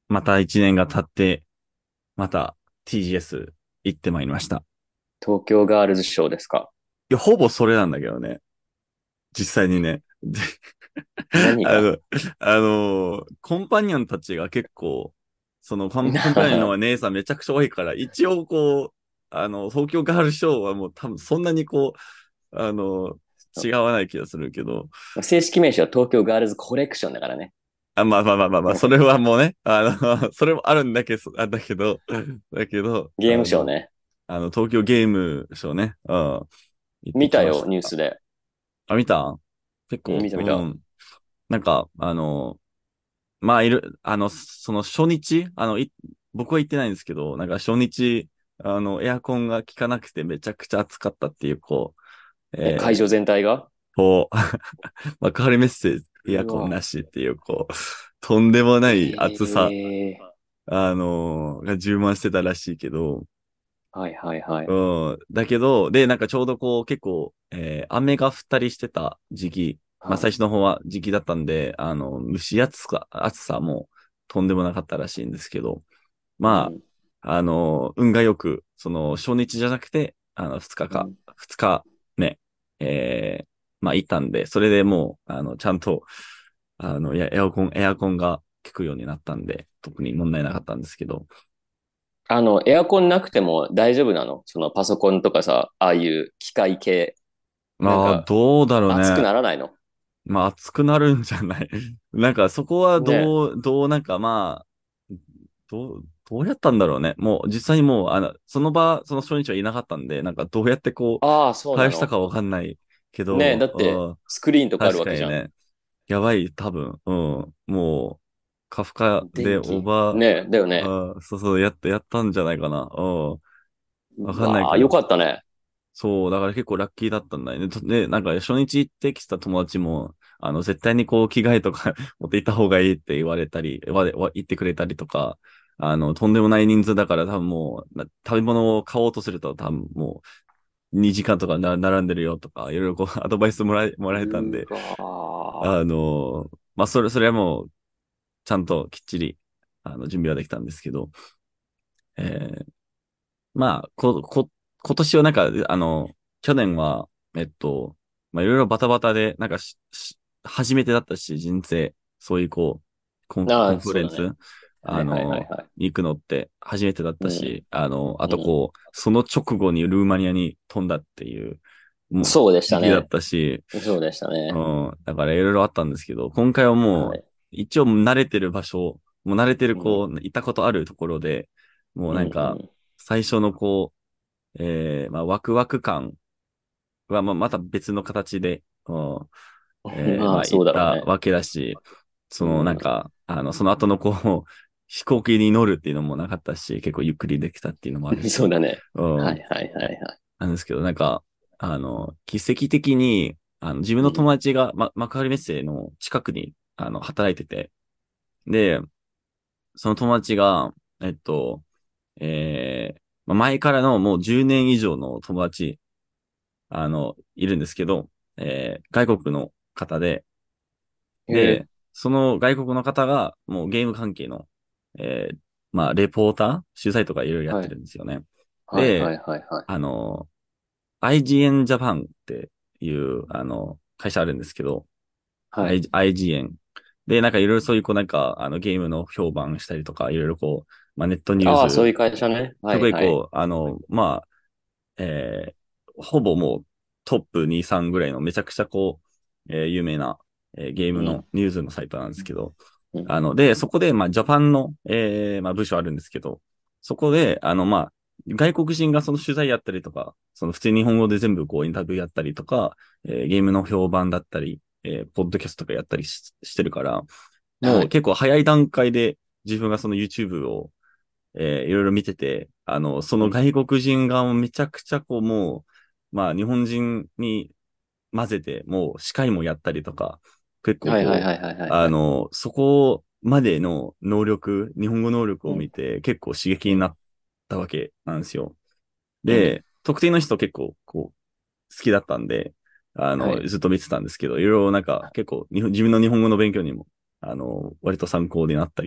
また一年が経って、また TGS 行ってまいりました。 東京ガールズショーですか？ いや、ほぼそれなんだけどね。実際にね。で、 何が？ あの、コンパニオンたちが結構、そのコンパニオンの姉さんめちゃくちゃ多いから、一応こう、東京ガールショーはもう多分そんなにこう、違わない気がするけど、 正式名称は東京ガールズコレクションだからね。 まあまあまあまあまあ、それはもうね、それもあるんだけど、だけど、 ゲームショーね。 東京ゲームショーね、行ってき見たよ、 ました。 ニュースで。 あ、見た？結うん、 構、 見た見た。 なんか、まあ、その初日、僕は行ってないんですけど、なんか初日、エアコンが効かなくてめちゃくちゃ暑かったっていう、こう、 会場全体が？ こう、幕張メッセエアコンなうわ。 しっていう、こう、とんでもない暑さ、 ええが充満してたらしいけど、 はいはいはい。 うん。だけど、で、なんかちょうどこう、結構、雨が降ったりしてた時期、まあはい。 最初の方は時期だったんで、暑さもとんでもなかったらしいんですけど、まうん。 運がよく、その、初日じゃなくて、 うん二日目、まあ行ったんで、それでもう、ちゃんと、エアコンが効くようになったんで、特に問題なかったんですけど、 エアコンなくても大丈夫なの？そのパソコンとかさ、ああいう機械系。なんまあ、 か、 どうだろう熱くね。 ならないの？ まあ、熱くなるんじゃない？なんか、そこはね。 なんかまあ、どうやったんだろうね。もう、実際にもう、その初日はいなかったんで、なんか、どうやってこう、 ああ、そうなの。 返したかわかんないけねだど、 って、スクリーンとかあるわけじゃん。 確かにね、やばい、多分、もう、カフカで電気。 オーバねだよー、 ね。 そうそう、やったんじゃないかな。わかんないうわあ、よけど、 かったね。 そう、だから結構ラッキーだったんだよね。で、なんか初日行ってきた友達も、絶対にこう着替えとか持って行った方がいいって言われたり、言ってくれたりとか、とんでもない人数だから多分もう、食べ物を買おうとすると多分もう2時間とか並んでるよとか、いろいろこうアドバイスもらえたんで、 うわまあ、それはもう、ちゃんときっちり、準備はできたんですけど、えーまあ、今年はなんか、去年は、まあ、いろいろバタバタで、なんか初めてだったし、人生、そういうこう、コああ、 ンフルエンス、 そうだね。はいはいはいはい。 行くのって初めてだったうん。 し、あうん。 とこう、その直後にルーマニアに飛んだっていう、もう、 そうでした時期だっね。 たし、 そうでしたね。 だからいろいろあったんですけど、今回はもう、 はい。 一応慣れてる場所、もう慣れてるうん。 こう、行ったことあるところで、もううんなんか、 うん。 最初のこう、まあ、ワクワク感は、まあ、また別の形で、まあ、 まあ、 行っそうだろうね。 たわけだし、その、なんうん。 か、その後のこう、飛行機に乗るっていうのもなかったし、結構ゆっくりできたっていうのもあるし、 そうだね。 うん、 はいはいはいはい。 なんですけど、なんか、奇跡的に、自分の友うん。 達が、幕張メッセの近くに、働いてて、で、その友達が、まあ前からのもう10年以上の友達いるんですけど、外国の方で、 へえ。 で、その外国の方がもうゲーム関係の、えーまあ、レポーター取材とかいろいろやってはい。 るんですよね。で、 はいはいはいはい。 あの、IGN Japan っていう、会社あるんですけど、 はい。 IGN。で、なんかいろいろそういう、こう、なんか、ゲームの評判したりとか、いろいろこう、まあ、ネットニューああ、そうス、 いう会社ね。はすいはい。 ごいこう、まあ、ほぼもうトップ2、3ぐらいのめちゃくちゃこう、有名な、ゲームのうん。 ニュースのサイトなんですけど、 うん。 で、そこで、まあ、ジャパンの、まあ、部署あるんですけど、そこで、まあ、外国人がその取材やったりとか、その普通に日本語で全部こうインタビューやったりとか、ゲームの評判だったり、ポッドキャストとかやったりしてるから、もはい。 う結構早い段階で自分がその YouTube をいろいろ見てて、そうん。 の外国人がめちゃくちゃこうもう、まあ日本人に混ぜて、もう司会もやったりとか、結構こう、 はいはいはいはいはいはい。 そこまでの能力、日本語能力うん。 を見て結構刺激うん。 になったわけなんですよ。 うん。 で、特定の人結構こう、好きだったんで、 はい。 ずっと見てたんですけど、いろいろなんか結構自分の日本語の勉強にも、割と参考になったり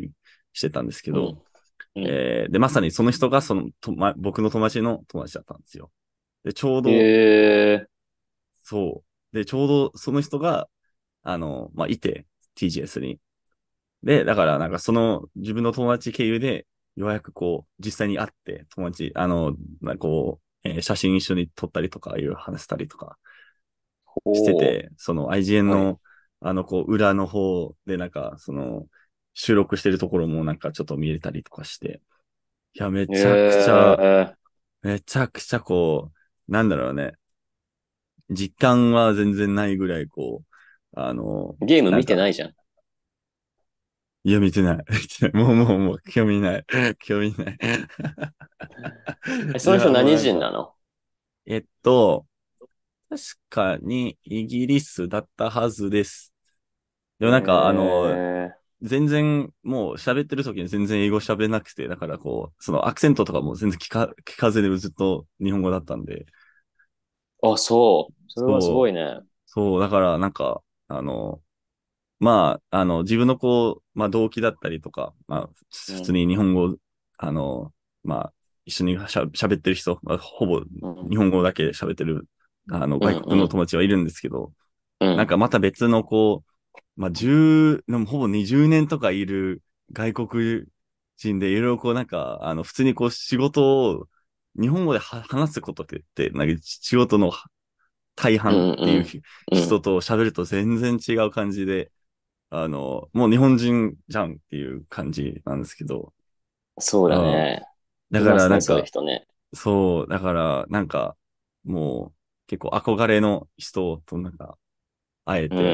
してたんですけど、 うん。うん。 で、まさにその人が僕の友達の友達だったんですよ。で、ちょうへど、 え。 そう。で、ちょうどその人が、いて、TGS に。で、だからなんかその自分の友達経由で、ようやくこう、実際に会って、友達、写真一緒に撮ったりとか、いろいろ話したりとかしておー。 て、その IGN はい。 の、裏の方でなんか、収録してるところもなんかちょっと見れたりとかして、いや、 へえ。 めちゃくちゃこう、なんだろうね、実感は全然ないぐらいこう、 ゲームなんか、 見てないじゃん。 いや、見てない。見てないもう、興味ない。興味ない。 え、その人いや、もう何なんか、 人なの？ えっと、確かにイギリスだったはずです。でへもなんか、 え。 全然、もう喋ってる時に全然英語喋れなくて、だからこう、そのアクセントとかも全然聞かずにずっと日本語だったんで、 あ、そう。それはすごそう、 いね。 そう、だからなんか、自分のこう、まあ、動機だったりとか、まあ、普通うん。 に日本語、あの、まあ、一緒に喋ってる人、まあ、ほぼうん。 日本語だけで喋ってる、 うん。 外国のうん。 友達はいるんですけど、 うん。 なんかまた別のこう、まあ、でもほぼ20年とかいる外国人でいろいろこうなんか、普通にこう仕事を日本語で話すことって、なんか仕事の大うん。 半っていううん。うん。 人と喋ると全然違う感じで、もう日本人じゃんっていう感じなんですけど、 そううん。 だね。 だかいますね、そういうらなんか、 人ね。 そう、だからなんか、もう結構憧れの人となんか会えて、 うん。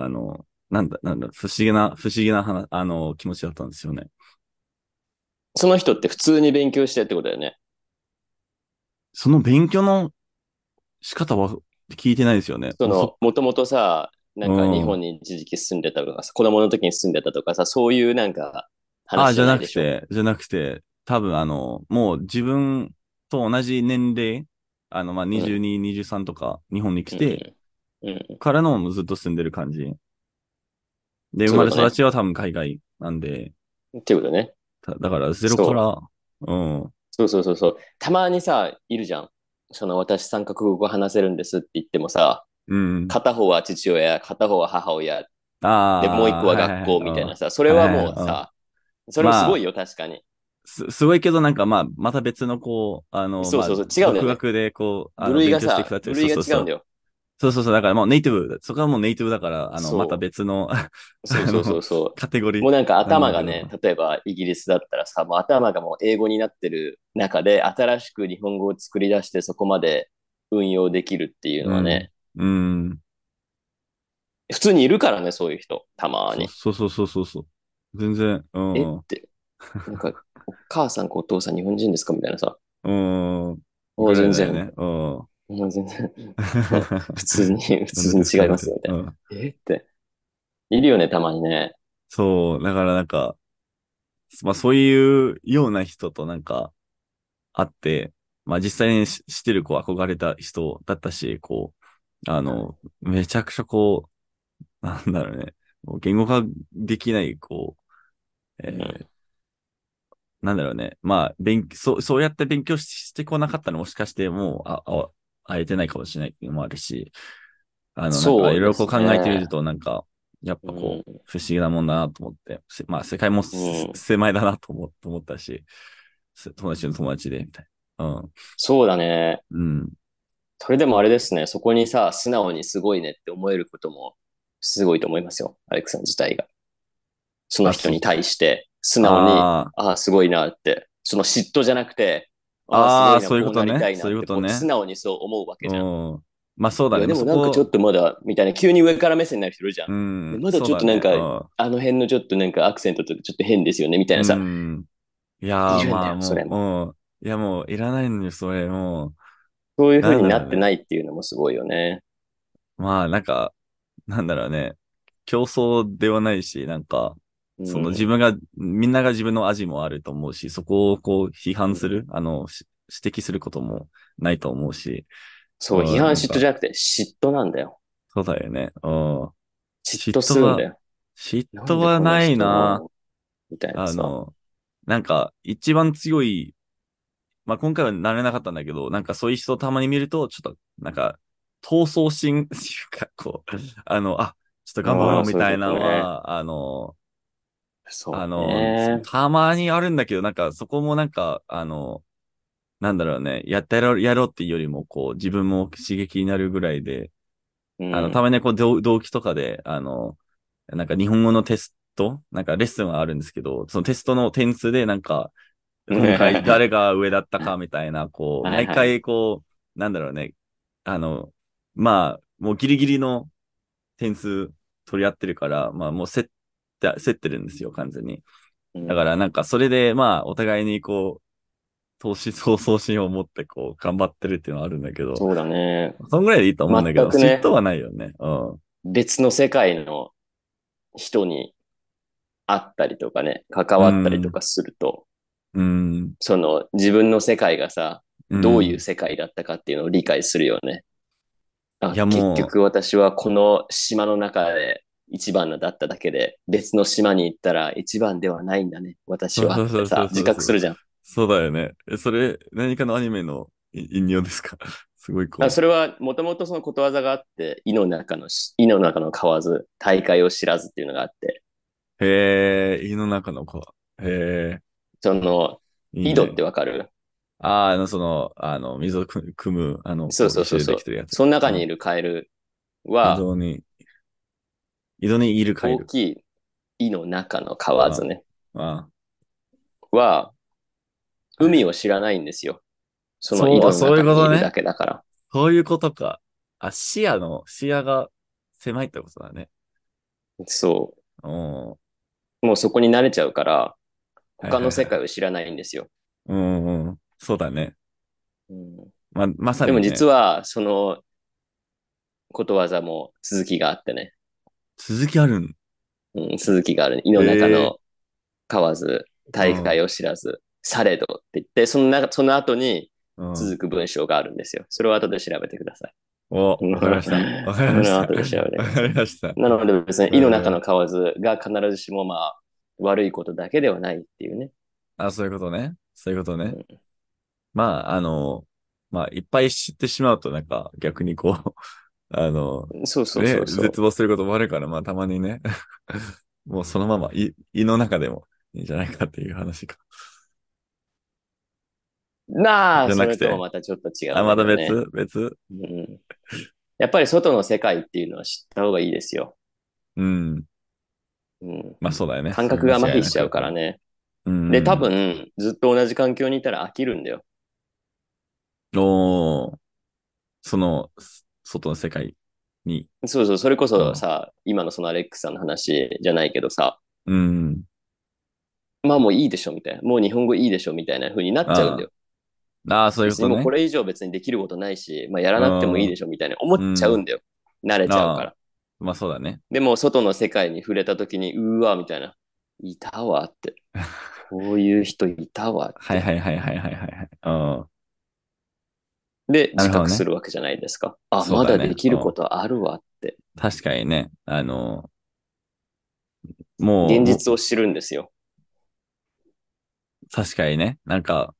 不思議な気持ちだったんですよね。 その人って普通に勉強してってことだよね。 その勉強の仕方は聞いてないですよね。 もともとさ、なうんか日ん。 本に一時期住んでたとかさ、子供の時に住んでたとかさ、そういうなんかあ、 話じゃないでしょ？ じゃなくて、多分もう自分と同じ年齢、 うん。 22、23とか日本に来うん。 て、 うん。うん。 からのずっと住んでる感じ。で、生まれそういうことね。 育ちは多分海外なんで、 っていうことね。 だからゼロかそう。 ら、うん、 そうそうそうそう。たまにさ、いるじゃん。その私三カ国語話せるんですって言ってもさ、 うん。 片方は父親、片方は母親、で、もう一ああ、 個ははいはいはい、 学校うん。 みたいなさ、それははいはいはい、うん。 もうさ、それもすまあ、 ごいよ、確かに。 すごいけどなんかまあ、また別のこう、 そうそうそう、違うんだよね。 独学でこう、勉強していく部かっていう、そうそうそう。 類が違うんだよ。 だからもうネイティブ、そこはもうネイティブだから、またそ別のう。そうそうそうそカテゴう。 リーもうなんかなん頭がね、 だけど。 例えばイギリスだったらさ、もう頭がもう英語になってる中で、新しく日本語を作り出してそこまで運用できるっていううん。 のはね、 うん。 普通にいるからね、そういう人、たまに。 そう。全然、うん。 えって、なんか、お母さんかお父さん日本人ですかみたいなさ。 うん。 おぐらい全然、 だよね。うん。 もう全然普なんだ通にかすかみたい違いますよ、みたいな。うん。 な。えって、いるよね、たまにね。 そう。だからなんか、まあそういうような人となんか会って、まあ実際にしてる子憧れた人だったし、こう、めちゃくちゃこう、なんだろうね。もう言語化できない、こう、 うん。 なんだろうね。まあ、そうやって勉強してこなかったらもしかしてもう、会えてないかもしれないっていうのもあるし、なんかいろいろこうそうです考えてみるね。 と、なんか、やっうぱこう、 ん。 不思議なもんだなと思って、まあ、世界もうん。 狭いだなと思ったし、友達の友達で、みたいな。 そうだね。 うん。うん。 それでもあれですね。そこにさ、素直にすごいねって思えることもすごいと思いますよ。アレクさん自体が。その人に対して素直に、 あああ、すごいなって。その嫉妬じゃなくて、ああ、すごいな、 そういうこうなりことね。 たいなって、 そういうことね。 素直にそう思うわけじゃん。 うん。まあそういや、 だね。 でもなんかちょっとまだ、みたいな、急に上から目線になる人いるじゃん。 うん、 まだそうだね。 ちょっとなんか、 うん。 あの辺のちょっとなんかアクセントとかちょっと変ですよね、みたいうなさ。 ん。いやー、 いるんだよ、そまあもう、 れも。 いやもういらないのよ、それ。もう、 そういう風なんになってなだろうね。 いっていうのもすごいよね。 まあなんか、なんだろうね。競争ではないし、なんか、 うん。 みんなが自分の味もあると思うし、そこをこう批うん。 判する、指摘することもないと思うし、 そう、批うん、 判なんか、 嫉妬じゃなくて嫉妬なんだよ。 そうだよね。うん。 嫉妬嫉妬は、 するんだよ。 嫉妬なんでこのはないな。 人、 みたいなさ。 あの、なんか、一番強い、まあ、今回はなれなかったんだけど、なんかそういう人をたまに見ると、ちょっと、なんか、闘争心っていうか、こう、ちょっと頑張ろああ、 うみそういうたいなのことね。 は、 そうね。 たまにあるんだけど、なんか、そこもなんか、なんだろうね、やろうっていうよりも、こう、自分も刺激になるぐらいで、たうん。 まにこう、動機とかで、なんか日本語のテスト、なんかレッスンはあるんですけど、そのテストの点数でなんか、今回誰が上だったかみたいな、こう、毎はいはい。 回こう、なんだろうね、あの、まあ、もうギリギリの点数取り合ってるから、まあもう競ってるんですよ、完全に。だかうん。 らなんかそれで、まあ、お互いにこう、闘争心を持ってこう、頑張ってるっていうのはあるんだけど、 そうだね。 そんぐらいでいいと思うんだけど、 全くね、 嫉妬はないよね。うん。 別の世界の人に会ったりとかね、関うわったりとん。 かすると、 うん。 その自分の世界がさ、どういううん。 世界だったかっていうのを理解するよね。あ、 いや結も局私はこの島の中で一番だっただけで、別の島に行ったら一番ではないんだね、 う、 私はっそうそうそうてさ、自そうそう。 覚するじゃん。 そうだよね。それ、何かのアニメの引用ですか？すごいあ、 こそれはもともとそのことわざがあって、井の中の蛙、大海を知らずっていうのがあって、 う。へえ、胃の中の子。へえ、 その、井戸っいいね。 てわかる？ 水を汲む、 そうこう、石でそうそうそう。 できてるやつ。 その中にいうん。 るカエル井は、 戸に、井戸にいるカエル。 大きい井の中のあ蛙ね、 あ、 は、 はい。 海を知らないんですよ。その井そう、 戸のそういう中にいるだことね。 けだから。 そういうことか。視野が狭いってことだね。 そうん。 う。もうそこに慣れちゃうから、他の世はいはいはい。 界を知らないんですよ。 うんうん。そうだね。 うん、 まさでもにね、 実は、そのことわざも続きがあってね。 続きあるん。 うん、続きがある、ね。井の中へえ、 の蛙、 うん、 大海を知らず、されどって言って、その後にうん。 続く文章があるんですよ。それを後で調べてください。 お、わかりました。わかりました。 後で調べてくわかださい。 りました。 なので別にえ井の中のー、 蛙が必ずしもまあ悪いことだけではないっていうね。 そういうことね。そういうことね。 うまあ、いっぱい知ってしまうと、なんか、逆にこう、 そうそうそうそ絶望することもあるから、まあ、たまにね、もうそのまま胃の中でもいいんじゃないかっていう話か。 う。なあ、 じゃそなくて、 れとはまたちょっと違うんだまたけどね。 別。 うん、やっぱり外の世界っていうのは知った方がいいですよ。 うん。 うん、 まあ、そうだよね。それ間感覚が麻違いなく。 痺しちゃうからね。 うで、多ん。 分ずっと同じ環境にいたら飽きるんだよ。 おー、外の世界に。 そうそう、それこうん。 そさ、今のそのアレックスさんの話じゃないけどさ、 うん。 まあもういいでしょみたいな。もう日本語いいでしょみたいな風になっちゃうんだあよ。 そういうこ別にもうことね。 れ以上別にできることないし、まあやらうなくてもいいでん。 しょみたいな思っうん。 ちゃうんだよ。慣れちゃうかああ、 ら。 まあそうだね。 でも外の世界に触れた時に、うーわ、みたいな。いたわって。こういう人いたわって。 はいはいはいはいはいはいはい。うん。 で、自なるほどね。 覚するわけじゃないですか。あ、まだでそうだね。うん。 きることあるわって。 確かにね。もう、 現実を知るんですよ。 確かにね。なんか、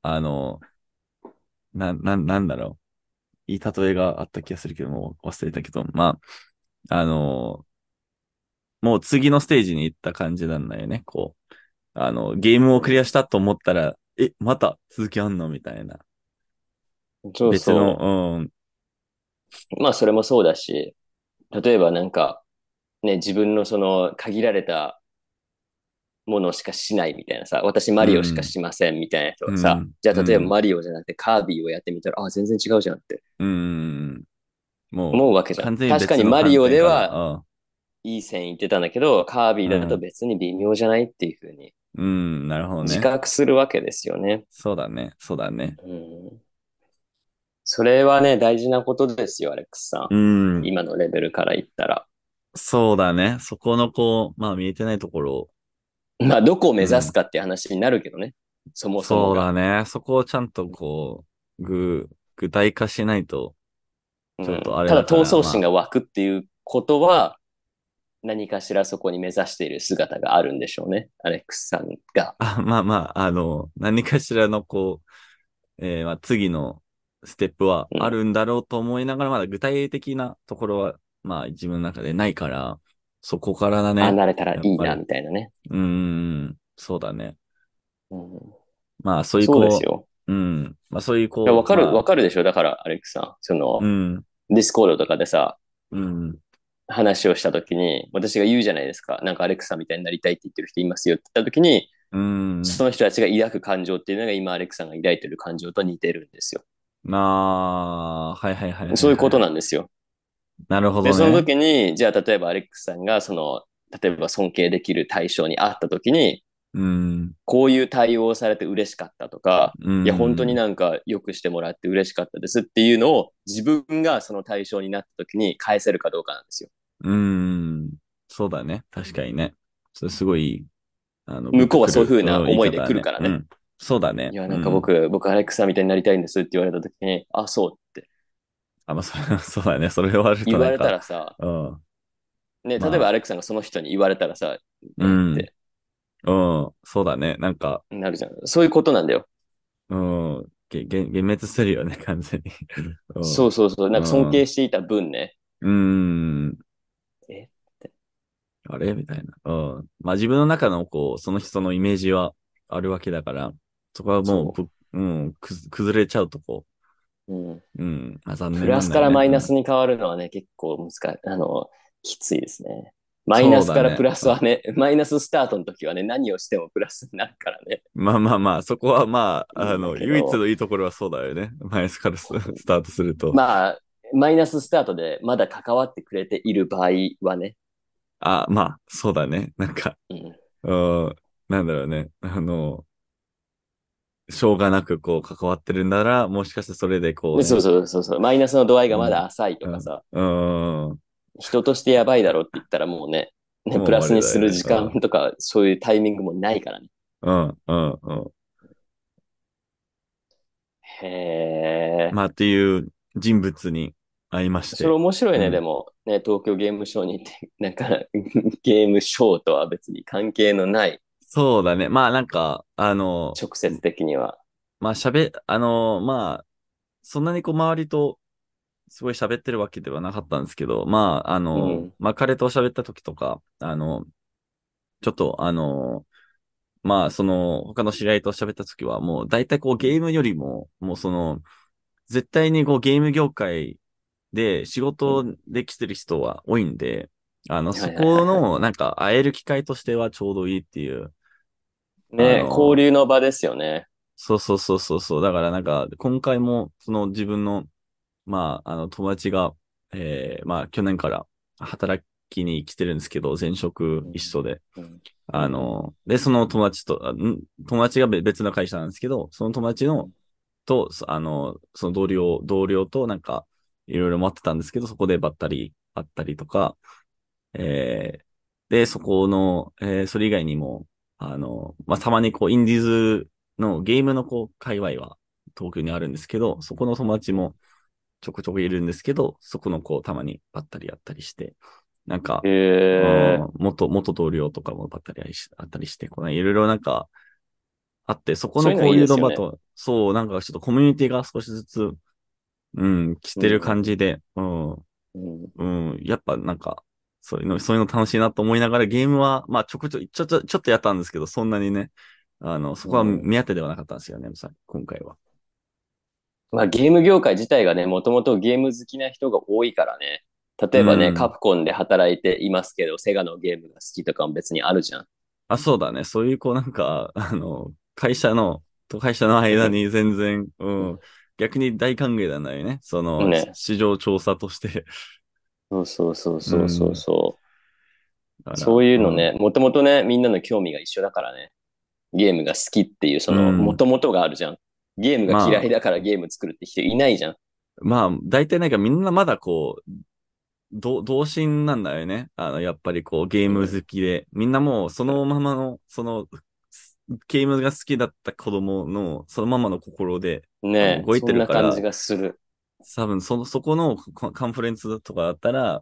なんだろう。いい例えがあった気がするけども、忘れたけど、まあ、もう次のステージに行った感じなんだよね。こう、ゲームをクリアしたと思ったら、また続きあんのみたいな。 そう別の、 そうん、 う。まあそれもそうだし、例えばなんか、ね、自分のその限られたものしかしないみたいなさ、私マリオしかうん、 しませんみたいな人がさ、 うん、 じゃあ例えばうん、 マリオじゃなくてカービィをやってみたら、あ、全然違うじゃんってうん、もう、 思うわけじゃん。 完全に確かに別の観マリオ点から、 ではいい線いってたんだけど、カービィだと別に微妙じゃないっていうふうになるほど自ね。 覚するわけですよね。 そうだね、そうだね。 うん、それはね、大事なことですよ、アレックスさうん、 ん。今のレベルから言ったら。 そうだね。そこのこう、まあ見えてないところを、 まあ、どこを目うん、 指すかっていう話になるけどね。そもそもそうだが。 ね。そこをちゃんとこう、具体化しないと、ちょっとうん、 あれただ闘だから、 争心が湧くっていうことは何かしらそこに目指している姿があるんでしょうね。アレックスさんが。 あ、まあまあ、何かしらのまあ、次のステップはうん。 あるんだろうと思いながら、まだ具体的なところは、まあ自分の中でないから、そこからだああ、 ね。 なれたらいいな、 やっぱり。 みたいなね。 そうだね。 うん、 まあそういうそうですよ。 まあそういういやわかる、 まあ、 わかるでしょ。だから、アレックスさん。 うん、 ディスコードとかでさ、 うん、 話をしたときに、私が言うじゃないですか。なんかアレックスさんみたいになりたいって言ってる人いますよって言ったときに、 うん、 その人たちが抱く感情っていうのが今アレックスさんが抱いてる感情と似てるんですよ。 はいはいはいはいそういうことはい。 なんですよ。 なるほで、そのどね。 時に、じゃあ例えばアレックスさんが例えば尊敬できる対象に会った時に、 うん、 こういう対応をされて嬉しかったとか、 ういや、本当にん、 なんか良くしてもらって嬉しかったですっていうのを自分がその対象になった時に返せるかどうかなんですよ。 うん、そうだね。確かにね。それすごい、グッ向こうはそういうとくる、 ふうな言い思いで方だね。 来るからね。 うん。そうだね。 いや、なんかうん。 僕アレックスさんみたいになりたいんですって言われた時に、あ、そうってあ、まあ、そうだね。それをあると言われたなんか、 らさ、 うん。 ね、例えばアまあ、 レックスさんがその人に言われたらさ、 うん、 ってうん、そうだね。なんか、 なるじゃん。そういうことなんだよ。 うん、幻滅するよね、完全に。うん、 そうそうそう。なんか尊うん、 敬していた分ね。 うん、 えって。 あれみたいな。うん。まあ自分の中のその人のイメージはあるわけだから、そこはもうそ崩れちゃうとう。うん。 うん、まあ残プ念なんだよね。 ラスからマイうん。 ナスに変わるのはね、結構難しい、きついですね。マイナそうだね。 スからプラスはね、マイナススタートの時はね、何をしてもプラスになるからね。 まあまあまあ、そこはまあ、 いいんだけ唯一のど、 いいところはそうだよね。マイナスからスタートすると。 まあ、マイナススタートでまだ関わってくれている場合はね、 あ、まあ、そうだね。なんか、 うん。 うん、なんだろうね。しょうがなく関わってるんだら、もしかしてそれでで、そうね、 そうそうそう、マイナスの度合いがまだうん、 浅いとうん、 かさ、 うん、 人としてやばいだろうって言ったらもうね、プもうラスにあれだよね。 する時間とか、そういうタイミングもないからね。 うん、うん、うん。 へえ。 まあ、っていう人物に会いましそれて。 面白いね、でうん。 も。ね、東京ゲームショウに行って、なんか、ゲームショーとは別に関係のない、 そうだね。まあ、なんか、 直接的には。 まあ、まあ、そんなに周りとすごい喋ってるわけではなかったんですけど、まあ、 うん。 まあ、彼と喋った時とか、ちょっと、まあ、他の知り合いと喋った時は、もう、大体ゲームよりも、もう絶対にゲーム業界で仕事うん。 できてる人は多いんで、そはいはいはいはい。 この、なんか、会える機会としてはちょうどいいっていう、あね、交の、 流の場ですよね。 そう。だからなんか、今回も、自分の、まあ、友達が、まあ、去年から働きに来てるんですけど、前職うん。 一緒で。 うん。うん。 で、その友達と、友達が別の会社なんですけど、その友達の、 うん。 と、その同僚となんか、いろいろ待ってたんですけど、そこでばったり会ったりとか、えーで、そこの、それ以外にも、まあ、たまにインディーズのゲームの界隈は東京にあるんですけど、そこの友達うん。 もちょこちょこいるんですけど、そこのたまにばったり会ったりして、なんか、 へうんえ。 元同僚とかもばったり会ったりして、いろいろなんかあって、そこそういうのいいの交流ですよね。 の場と、そう、なんかちょっとコミュニティが少しずつ、来うてる感ん。 じで、 うん。 やっぱなんか、そういうの楽しいなと思いながらゲームは、まあちょっとやったんですけど、そんなにね、そこはうん。 目当てではなかったんですよね、今回は。 まあゲーム業界自体がね、もともとゲーム好きな人が多いからね。 う例えばね、カん。 プコンで働いていますけど、セガのゲームが好きとかも別にあるじゃん。 あ、そうだね。そういうなんか、会社の間に全然、逆に大歓迎なんだよね。 ね。 市場調査として。 そうそうそううそうそうん。 そう。 だから、 そういうのね、もともとね、みんなの興味が一緒だからね。ゲームが好きっていう、もうん。 ともとがあるじゃん。ゲームが嫌いまあ、 だからゲーム作るって人いないじゃん。 まあ、大体なんかみんなまだ童心なんだよね。やっぱりゲームうん。 好きで、みんなもうそのままの、ゲームが好きだった子供のそのままの心で多分ねえ、 動いてそんな感じるから、 がする。 多分そこのカンファレンスとかだったら、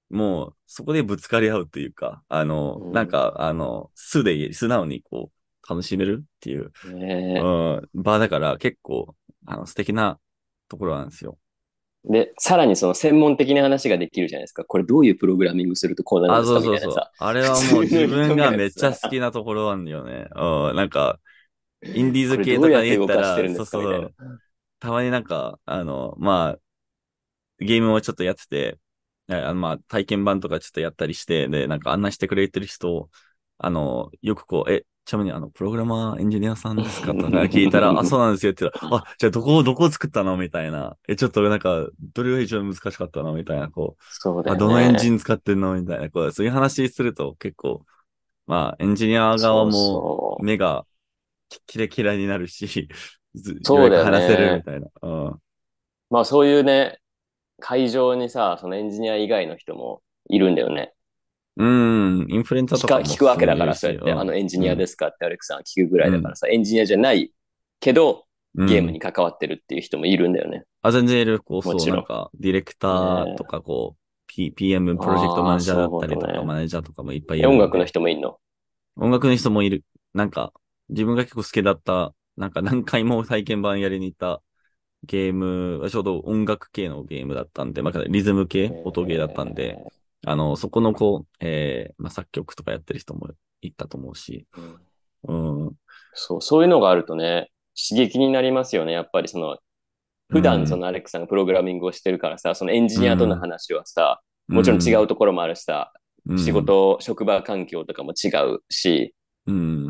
もう、そこでぶつかり合うっていうか、なんうん。 か、素直にこう、楽しめるっていう、 ね場だから、結構、素敵なところなんですよ。 で、さらにその専門的な話ができるじゃないですか。これどういうプログラミングするとこうなるんあ、 ですかそうそうそう。 みたいなさ。 あれ普はもう自通の人分ががめっちゃ好きさ、 なところなんだよね。なんか、インディーズこれどう系とかにやって動かして行ったら、 るんですかみたいな。 そうそう、たまになんか、まあ、ゲームをちょっとやってて、まあ、体験版とかちょっとやったりして、で、なんか案内してくれてる人、よくこう、ちなみにプログラマー、エンジニアさんですかとか聞いたら、あ、そうなんですよって言ったら、あ、じゃあどこを作ったのみたいな。ちょっとなんか、どれが一番難しかったのみたいな、こう、あ、 そうだよどのエンジね。 ン使ってんのみたいな、こう、そういう話すると結構、まあ、エンジニア側そうもそう。 目がキラキラになるし、ようやくそうだよ話せるみね。 たいな。うん。 まあそういうね、会場にさ、そのエンジニア以外の人もいるんだよね。 うん、インフルエンザとかも聞くわ普通けだから、そうにいるし、 やって、あのエンジうん、 ニアですかってアレクさん聞くぐらうん、 いだからさ、エンジニアじゃないけど、ゲームうん。 に関わってるっていう人もいるんだよね。 あ、全然いる、こう、そう、 もちろなんか、ディレクタん。 ーとねか、こう、PM、 え。 プロジェクトマああ、 ネージャーだっそうたりとか、 だね。 マネージャーとかもいっぱいい音楽のるんで、 人もいんの？ 音楽の人もいる。なんか、自分が結構好きだった、なんか何回も体験版やりに行ったゲーム、ちょうど音楽系のゲームだったんで、まあ、リズム系、音ゲーだったんで、そこのこう、まあ、作曲とかやってる人もいたと思うし、 うん、 うん、 そういうのがあるとね、刺激になりますよね。やっぱりその、普段そうん、 のアレックさんがプログラミングをしてるからさ、そのエンジニアとのうん、 話はさ、 うもちろん違うん、 ところもあるしさ、 うん、 職場環境とかも違うし、 うん、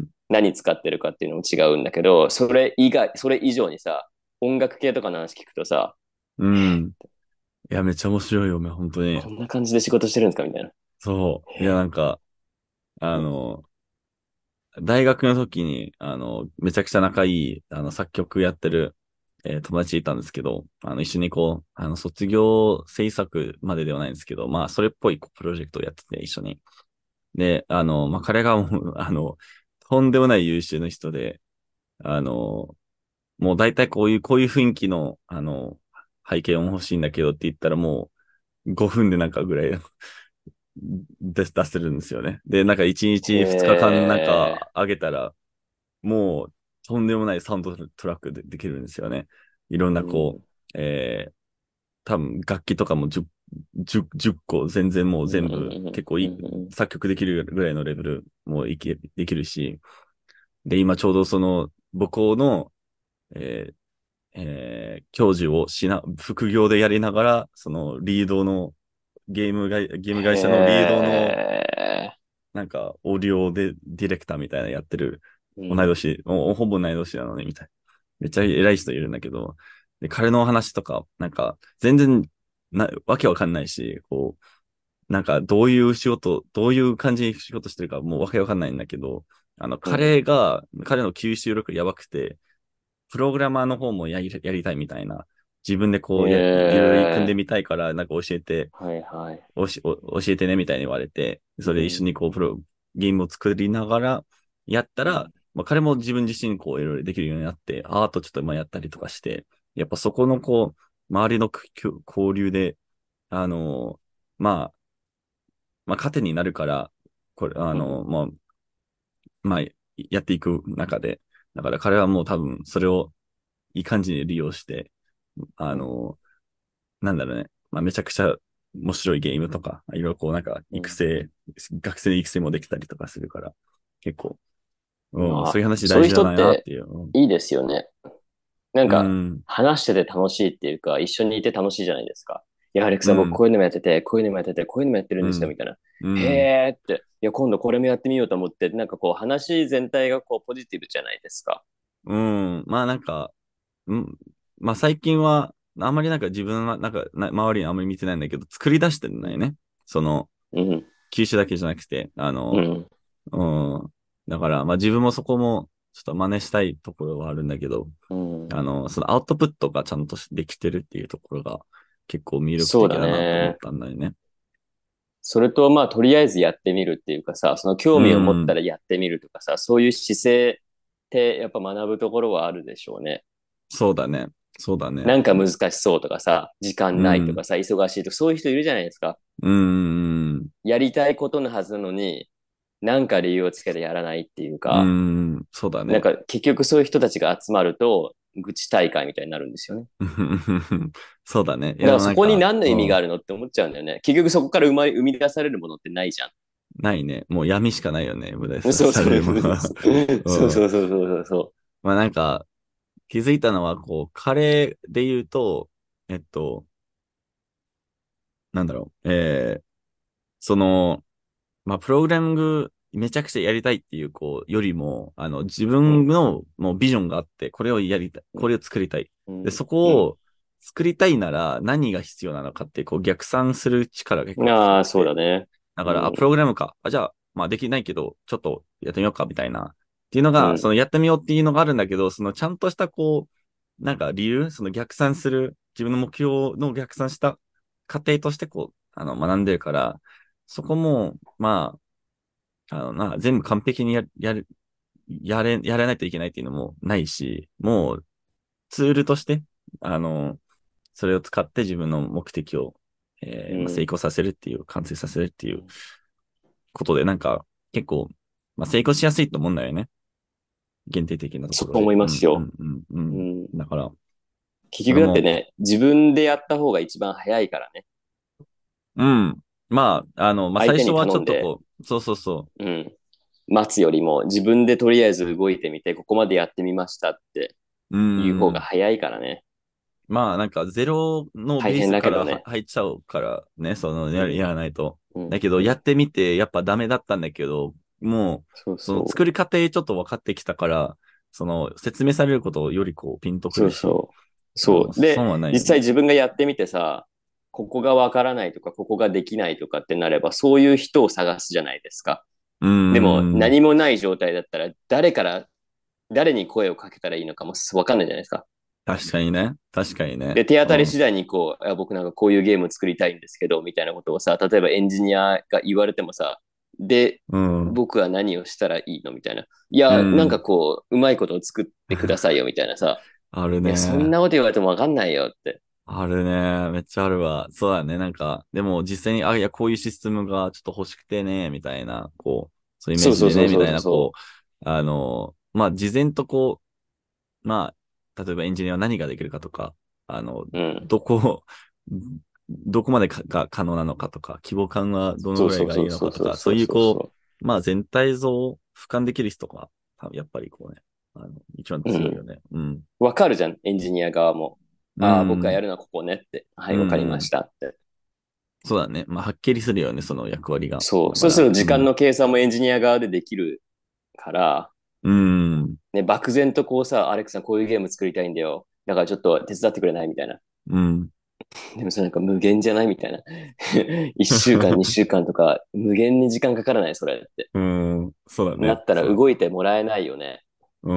何使ってるかっていうのも違うんだけど、それ以上にさ、音楽系とかの話聞くとさ、 うん。いや、めっちゃ面白いよね、本当に。 こんな感じで仕事してるんですかみたいな。 そう。いや、なんか、あの、大学の時に、めちゃくちゃ仲いい、作曲やってる、友達いたんですけど、一緒にこう、卒業制作までではないんですけど、まあ、それっぽいこうプロジェクトをやってて、一緒に。で、まあ、彼がもう、とんでもない優秀な人で、あの、もう大体こういう雰囲気の、背景音欲しいんだけどって言ったらもう、5分でなんかぐらい出せるんですよね。で、なんか1 へ日2日間なんえ、 か上げたら、もうとんでもないサウンドトラックでできるんですよね。いろんなこうん、 う、多分楽器とかも10個全然もううん、 全部結構うん、うん、 作曲できるぐらいのレベルもできるし、で、今ちょうどその母校の、え教授を副業でやりながら、そのリードのゲーム会へ社のリードのえ、 なんか、オーディオでディレクターみたいなやってる、 うん、 ほぼ同い年なのに、みたいな。めっちゃ偉い人いるんだけど、で、彼の話とか、なんか、全然、わけわかんないし、こう、なんか、どういう感じに仕事してるか、もうわけわかんないんだけど、 うん。 彼の吸収力やばくて、プログラマーの方もやりたいみたいな、自分でへこう、いろいろ組んでえ、 みたいから、なんかはいはい。 教えてねみたいに言われて、それで一緒うん、 にこう、ゲームを作りながらやったら、 うん、 まあ、彼も自分自身こう、いろいろできるようになって、アートちょっとまあやったりとかして、やっぱそこのこう、周りの交流で、あの、まあ、まあ、糧になるから、これ、 うん、 まあ、やっていく中で、だから彼はもう多分それをいい感じに利用して、あうん、 の、なんだろうね。まあ、めちゃくちゃ面白いゲームとか、いろいろこうなんかうん。 学生育成もできたりとかするから、結構、うん、 まあ、 そういう話大そういう事だなっ人ってていう。 いいですよね。なんうか、 ん、 話してて楽しいっていうか、一緒にいて楽しいじゃないですか。いや、アレックさん、僕うん、 こういうのもやってて、こういうのもやってて、こういうのもやってるんですよ、 うん、 みたいな。へうん、 ーって、いや、今度これもやってみようと思って、なんかこう、話全体がこう、ポジティブじゃないですか。 うん。まあなんか、まあ最近は、あんまりなんか自分はなんか周りにあんまり見てないんだけど、作り出してるんうん、 だよね。その、 うん、 九州だけじゃなくて、 うん、 うん。だから、まあ自分もそこもちょっと真似したいところはあるんだけど、 うん。 そのアウトプットがちゃんとできてるっていうところが結構魅力そうだ的だなと思っね。 たんだよね。 それと、まあ、とりあえずやってみるっていうかさ、その興う味を持ったん。 らやってみるとかさ、そういう姿勢ってやっぱ学ぶところはあるでしょうね。 そうだね。 そうだね。 なんか難しそうとかさ、時間うん。 ないとかさ、忙しいとか、そういう人いるじゃないですか。 うん。 やりたいことのはずなのに、なんか理由をつけてやらないっていううか、 ん。そうだね。 なんか結局そういう人たちが集まると、愚痴大会みたいになるんですよね。 そうだね。いや、でだからそこにもなんか、 何の意味があるのって思っちゃうんだよね。結局そこから生み出されるものってないじゃん。 ないね。もう闇しかないよね。無駄さそうそうされるものそうは。 そう。 うん。 そうそうそうそうそまあなんか、気づいたのは、こう、カレーで言うと、なんだろう。その、まあ、プログラミングめちゃくちゃやりたいっていう、こう、よりも、自う。うん。 分のもうビジョンがあって、これをやりたい。これを作りたい。で、 うん。 そうん。 こを作りたいなら何が必要なのかって、こう、逆算する力が結構ああ、 強くて。 そうだね。 だから、あ、プうん。 ログラムか。あ、じゃあ、まあ、できないけど、ちょっとやってみようか、みたいな。っていうのが、そうん。 のやってみようっていうのがあるんだけど、そのちゃんとした、こう、なんか理由、その逆算する、自分の目標の逆算した過程として、こう、学んでるから、そこも、ま全部完璧にやらないといけないっていうのもないし、もうツールとして、あの、それを使って自分の目的を、まあ、成うん。 功させるっていう、完成させるっていうことで、なんか、結構、まあ、成功しやすいと思うんだよね。限定的なところで。 そう思いまうん、うん、 すよ。 うん、うん。 うん。 だから、 結局だってそれも、 ね、自分でやった方が一番早いからね。 うん。まあ、まあ、 相手に最初はち頼んで、 ょっとこう、そうそうそうん。待つよりも自分でとりあえず動いてみて、ここまでやってみましたってう。ういう方がん。 早いからね。 まあ、なんか、ゼロのベー大変スからだけどね。 入っちゃうからね、やうん。 らないと。 うん。 だけど、やっうん。 てみて、やっぱダメだったんだけど、もう、 そうその作そう。 り過程ちょっと分かってきたから、説明されることをよりこう、ピンとくそうるし、 そう。そう。で、 損はない実際よね。 自分がやってみてさ、ここがわからないとか、ここができないとかってなれば、そういう人を探すじゃないですか。 うーでも、 ん。 何もない状態だったら、誰に声をかけたらいいのかもわかんないじゃないですか。 確かにね。確かにね。 で、手当たりうん。 次第にこう、いや僕なんかこういうゲーム作りたいんですけど、みたいなことをさ、例えばエンジニアが言われてもさ、で、 うん。 僕は何をしたらいいのみたいな。いうや、なんかん。 こう、うまいことを作ってくださいよ、みたいなさ。 あるいや、そんね。 なこと言われてもわかんないよって。 あるね。めっちゃあるわ。そうだね。なんか、でも実際に、あ、いや、こういうシステムがちょっと欲しくてね、みたいな、こう、そういうイメージでね、 そうそうそうみたいな、 そうそこう、まあ、事前とこう、まあ、例えばエンジニアは何ができるかとか、あの、 う。うん。 どこ、どこまでが可能なのかとか、規模感はどのそうぐらいがいいそうそうそうのかとか、そうそうそういうこそう、まあ全体像を俯瞰できる人が、多分やっぱりこうね、一番う。うん。 強いよね。うん。 わかるじゃん、エンジニア側も。 うああ、僕がやん。 るのはここねって。はうい、わかりまん。 したって。 そうだね。まあ、はっきりするよね、その役割が。 そう。 だから、 そうすると時間うん。 の計算もエンジニア側でできるから、 うん。 ね、漠然とこうさ、アレックさんこういうゲーム作りたいんだよ。だからちょっと手伝ってくれないみたいな。 うん。 でもそれなんか無限じゃないみたいな。1週間、2週間とか無限に時間かからないそれって。 うん。そうだね。 なったらそうだね。 動いてもらえないよね。 うん。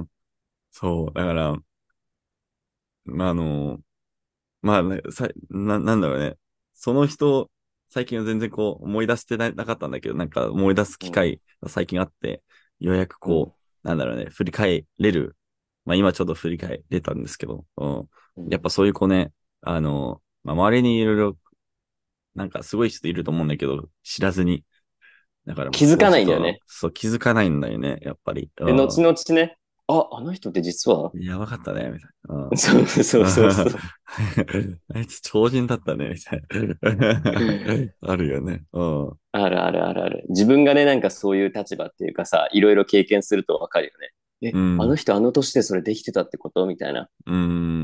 そう。だから、まあ、まあね、なんだろうね。その人、最近は全然こう思い出してなかったんだけど、なんか思い出すうん。 機会が最近あって、ようやくうん。 こう、なんだろうね、振り返れる。まあ今ちょっと振り返れたんですけど、うん。 うん。 やっぱそういう子ね、まあ周りにいろいろ、なんかすごい人いると思うんだけど、知らずに。だからもうそ気づかういう人とは、 ないんだよね。 そう気づかないんだよね、やっぱり。 で、後う 々ね、あの人って実は、 ん。やばかったね、みたいな。 そうそうそうそう。 あいつ超人だったね、みたいな。あるよね。うん。 あるあるあるある。自分がね、なんかそういう立場っていうかさ、いろいろ経験するとわかるよね。 うん。 あの人あの年でそれできてたってことみたいな。 うん。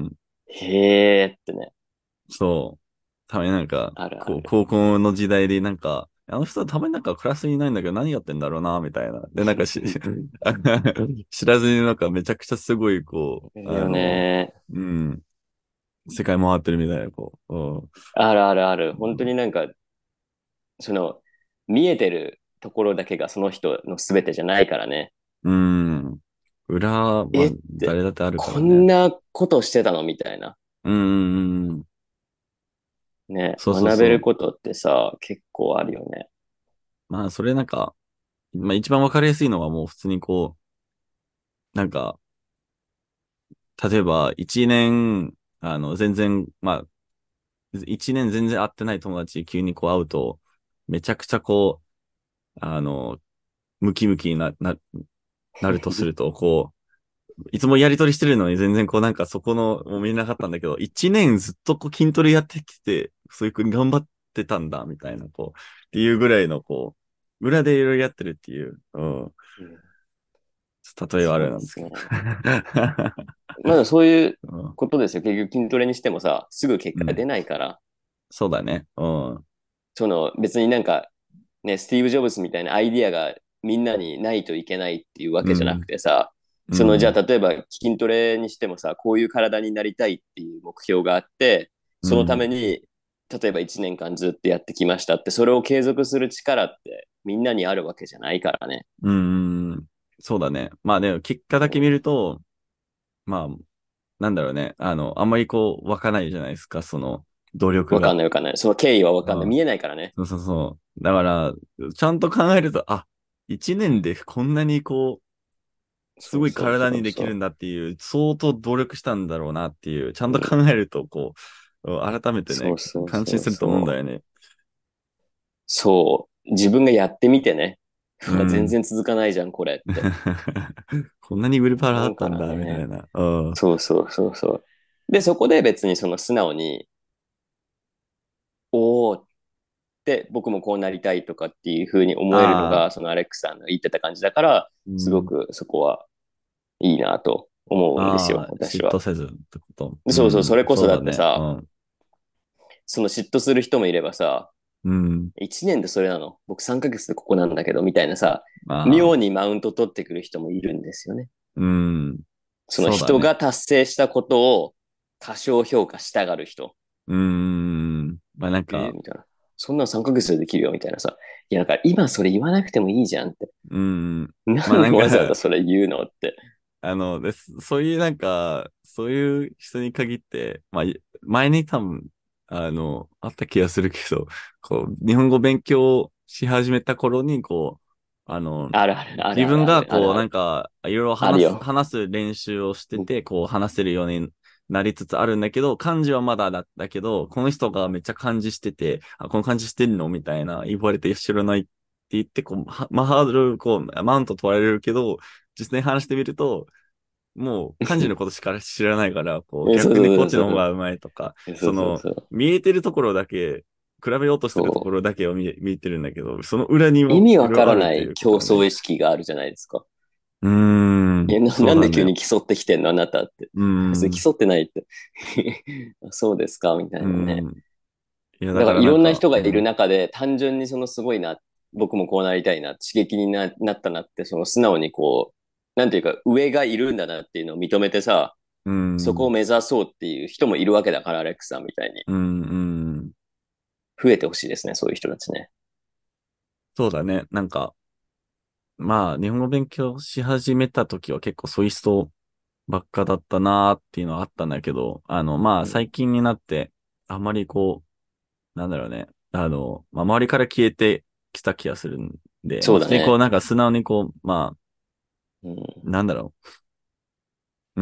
へーってね。 そう。たまになんか、こう、 あるある。 高校の時代でなんか、あの人はたまになんかクラスにいないんだけど何やってんだろうな、みたいな。で、なんか知らずになんかめちゃくちゃすごい、こう、 いるよね。 うん、世界回ってるみたいな、こう、 あるあるある。本当うん。 になんか、その、見えてるところだけがその人の全てじゃないからね。 うん。裏はえって、 誰だってあるからね。 こんなことしてたのみたいな。 うん、うん。 ね、 そうそう学べそう。 ることってさ、結構あるよね。 まあ、それなんか、まあ一番わかりやすいのはもう普通にこう、なんか、 例えば、一年、全然、まあ、一年全然会ってない友達急にこう会うと、めちゃくちゃこう、ムキムキになるとすると、こう、いつもやりとりしてるのに全然こうなんかそこの、もう見えなかったんだけど、一年ずっとこう筋トレやってきて、そういう風に頑張ってたんだ、みたいな、こう、っていうぐらいのこう、裏でいろいろやってるっていう、うん、 うん、 例えはあそうれなんですけど。 ですね。まだそういううん、 ことですよ。結局筋トレにしてもさ、すぐ結うん、 果出ないから、 そうだね。うん、 その別になんかね、スティーブ・ジョブズみたいなアイディアがみんなにないといけないっていうわけじゃなくうん、 てさ、そのじゃあうん、 例えば筋トレにしてもさ、こういう体になりたいっていう目標があって、そのたうん、 めに、例えば1年間ずっとやってきましたって、それを継続する力ってみんなにあるわけじゃないからね。 うん、そうだね。まあね、結果だけ見ると、まあ、なんだろうね。あんまりこう、湧かないじゃないですか、その、努力わかが。 んないわかんない。その経緯はわかんない。 うん。 見えないからね。 そうそうそう。だから、ちゃんと考えると、あ、一年でこんなにこう、すごいそうそうそ体にできるんうそだっていう、相当努力したんだろうなっていう、ちゃんう。 とうん。 考えると、こう、改めてね、 そうそうそう感心すると思うんだそう。 よね。 そう。自分がやってみてね。うわ全うん。 然続かないじゃん、これって。 こんなにウルパラだ思うかったんだ、みたらね。 いな。うん。 そうそうそうそう。で、そこで別にその素直に、おーって僕もこうなりたいとかっていうふうに思えるのああ、 が、そのアレックスさんの言ってた感じだから、すごうん。 くそこはいいなと思うんですよ、 ああ、 私は。 嫉妬せずってこと。うそうそう、そん。 れこそだそうだね。うってさ、 ん。 その嫉妬する人もいればさ、 うん。 1年でそれなの僕3ヶ月でここなんだけど、みたいなさ、 ああ、 妙にマウント取ってくる人もいるんですよね。 うん。 そのそうだね。 人が達成したことを過小評価したがる人。 まあなんか、 みたいな。そんなの3ヶ月でできるよ、みたいなさ。いや、だから今それ言わなくてもいいじゃんって。 まあなんでわざわざなんかそれ言うのって。 そういうなんか、そういう人に限って、まあ、前に多分、あった気がするけど、こう、日本語勉強し始めた頃に、こう、 あるある、ある自分あるある、あがこう、なんるある。 か、いろいろあるよ。 話す練習をしてうん。 て、こう、話せるようになりつつあるんだけど、漢字はまだだったけど、この人がめっちゃ漢字してて、あ、この漢字してんのみたいな言われて知らないって言って、こう、まあ、ハードル、こう、マウント取られるけど、実際に話してみると、もう漢字のことしか知らないから、こう、 そう逆にこっそうそうそちの方がうまいとか、 う。そうそうその、 そう。 見えてるところだけ、比べようとしてるとこそう。 ろだけを見えてるんだけど、その裏にもい意味わろいろあるっていからないうことをね。 競争意識があるじゃないですか。なんで急そうだね。 に競ってきてんのあなたって。 うー別にん、 競ってないって。そうですかみたうーいなね。 ん。いや、だかだからいろんならなんか、 人がいる中で単純にそのすごいな、僕もこうなりたいな、刺激になったなって、その素直にこう、なんていうか上がいるんだなっていうのを認めてさ、 うーそこをん、 目指そうっていう人もいるわけだから、アレックスさんみたいに。 うーん、うーん。 増えてほしいですね、そういう人たちね。 そうだね。なんか、まあ、日本語勉強し始めた時は結構そういう人ばっかだったなーっていうのはあったんだけど、まあ、 うん、 最近になって、あまりこう、なんだろうね。まあ、周りから消えてきた気がするんで、まあ、普通にこう、 そうだね。 なんか素直にこう、まあ、 うん、 なんだろう。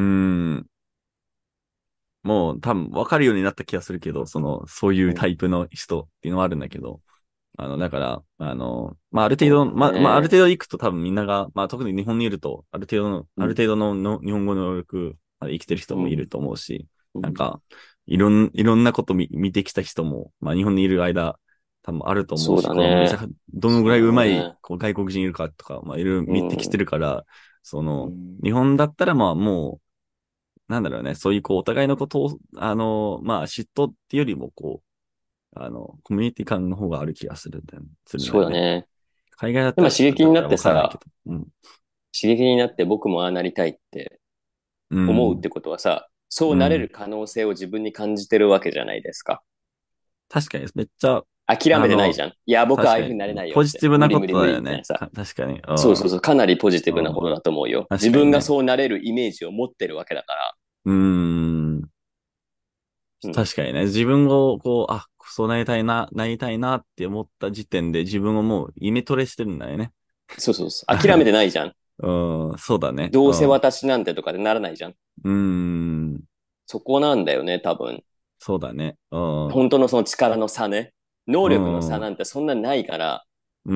もう多分分かるようになった気がするけど、そういううん、 タイプの人っていうのはあるんだけど、だから、まあ、ある程度、 そうだまあ、あるね。 程度行くと多分みんなが、まあ、特に日本にいると、 うん、 ある程度の日本語の能力、生きてる人うん、 もいると思うし、 うん、 なんか、いろんなこと見てきた人も、まあ、日本にいる間、多分あると思うそうし、 だね。 どのぐらいそうだ上手い、 ね。 こう、外国人いるかとか、まあ、いろいろう見てきてん、 るから、 うん、 日本だったらまあ、もう、なんだろうね、そういうこう、お互いのことを、まあ、嫉妬っていうよりも、こう、コミュニティ感の方がある気がするんだよね。 そうだね。 海外今刺激になっだったらわからないけてさ、 ど。うん。 刺激になって僕もああなりたいってうん。 思うってことはさ、そうなれうん。 る可能性を自分に感じてるわけじゃないですか。 確かに、めっちゃ、 諦めてないじゃん。いや、僕はあ確かに、 あいう風になれないよポジって。 ティブなこ無理無理無とだよね。 理みたいなさ。 確かに。うん。 そうそうそう。かなりポジティブなことうん。 だと思うよ。自確かにね。 分がそうなれるイメージを持ってるわけだから。 うん。 うん。 確かにね。自分を、こう、あ、そうなりたいなって思った時点で自分をもうイメトレしてるんだよね。 そうそうそう。諦めてないじゃん。 うん、そうだね。 どうせうん。 私なんてとかでならないじゃん。 うーそこなんだよね、多分。 そうだね。うん。 本当のその力の差ね。能う力の差ん。 なんてそんなないから、 うん。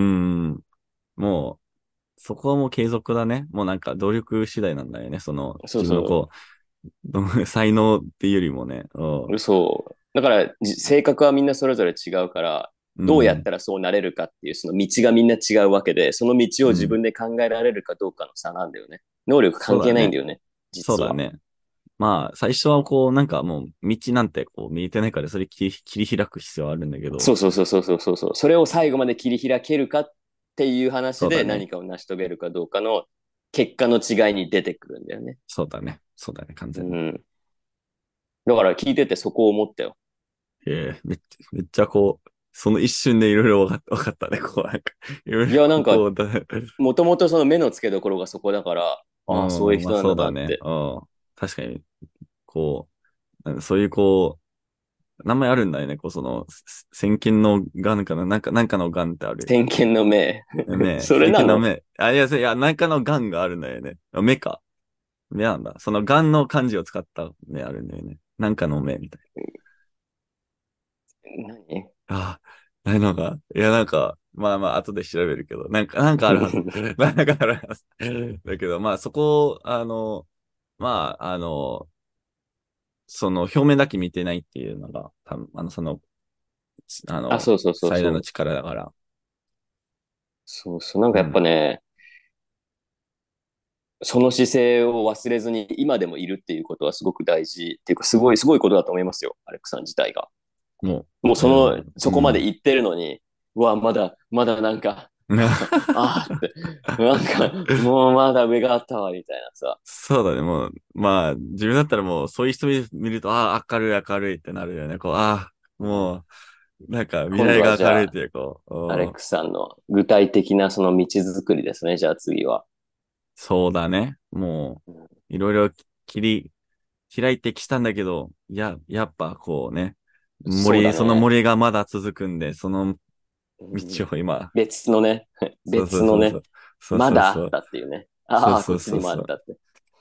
もう、そこはもう継続だね。もうなんか努力次第なんだよね。その、 そうそ自分のこう、才能っていうよりもね。 う、そう。だから、性格はみんなそれぞれ違うから、 うん。 どうやったらそうなれるかっていう、その道がみんな違うわけで、その道を自うん。 分で考えられるかどうかの差なんだよね。能力関係ないんそうだね。 だよね、実は。 そうだね。まあ、最初はこう、なんかもう、道なんてこう、見えてないから、それ切り開く必要はあるんだけど、 そうそうそうそうそうそうそう。それを最後まで切り開けるかっていう話そうだね。 で何かを成し遂げるかどうかの結果の違いに出てくるんだよね。 そうだね。そうだね。完全に。 うん。だから聞いててそこを思ったよ。 めっちゃこう、その一瞬でいろいろわかったね。こう、なんか、いろいろいや、なんか、 ここだ、 もともとその目の付けどころがそこだから、 うああ、そういうん、まあ人なんだそうだね。 なって。 うん。確かに、こそういうこ名前あるんだよね。こう、その、先見の癌かななんかの癌ってある。 先見の明。 目、 それなの？ 先見の目。あ、いや、なんかの癌があるんだよね。あ目か。目なんだ。その癌の漢字を使った目あるんだよね。なんかの目みたい何？ な。ああ、ないのか。いや、なんか、まあまあ、後で調べるけど、なんかあるはず。なんかあるはず。だけど、まあ、そこ、まあ、その表面だけ見てないっていうのが、多分その、 あ、そうそうそう最大のそう。 力だから。 そうそう。なんかやっぱうん。 ね、その姿勢を忘れずに今でもいるっていうことはすごく大事っていうか、すごいことだと思いますよ。アレックさん自体が。 もう、 もうありがとうございます。 そこまで行ってるのに、うわ、まだなんか、 うん。 ああって、なんか、もうまだ上があったわ、みたいなさ。 そうだね。もう、まあ、自分だったらもう、そういう人見ると、ああ、明るいってなるよね。こう、ああ、もう、なんか未今度来が明るいっはじゃあ、 ていう、こう、 アレックさんの具体的なその道作りですね、じゃあ次は。 そうだね。もうん、 う、いろいろ切り、開いてきたんだけど、やっぱこうね、 そうだそのね。 森がまだ続くんで、その道うん、 を今、 別のね、 そう別のね、 そうそうそう、そうまそうそう、 だあったっていうね。ああ、こそうそうっちにそうそう、 もあったって。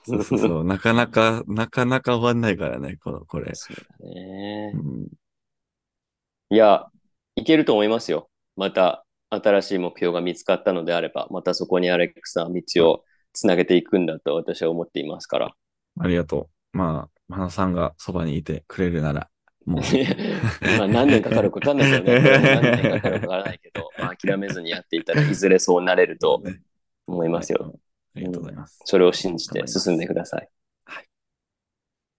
なかなか終わんないからね、これ。 そうだね。 うん、 いや、いけると思いますよ。また新しい目標が見つかったのであれば、またそこにアレックスさん道あ、 をつなげていくんだと私は思っていますから。 ありがとう。まあ、花さんがそばにいてくれるなら、もう。 まあ何年かかるかわかんないけどね。これも何年かかるかわからないけど、まあ諦めずにやっていたらいずれそうなれるとそうね。 思いまはい。 すよ。 ありがとううん。 ございます。 それを信じ頑張て進んでります。 ください。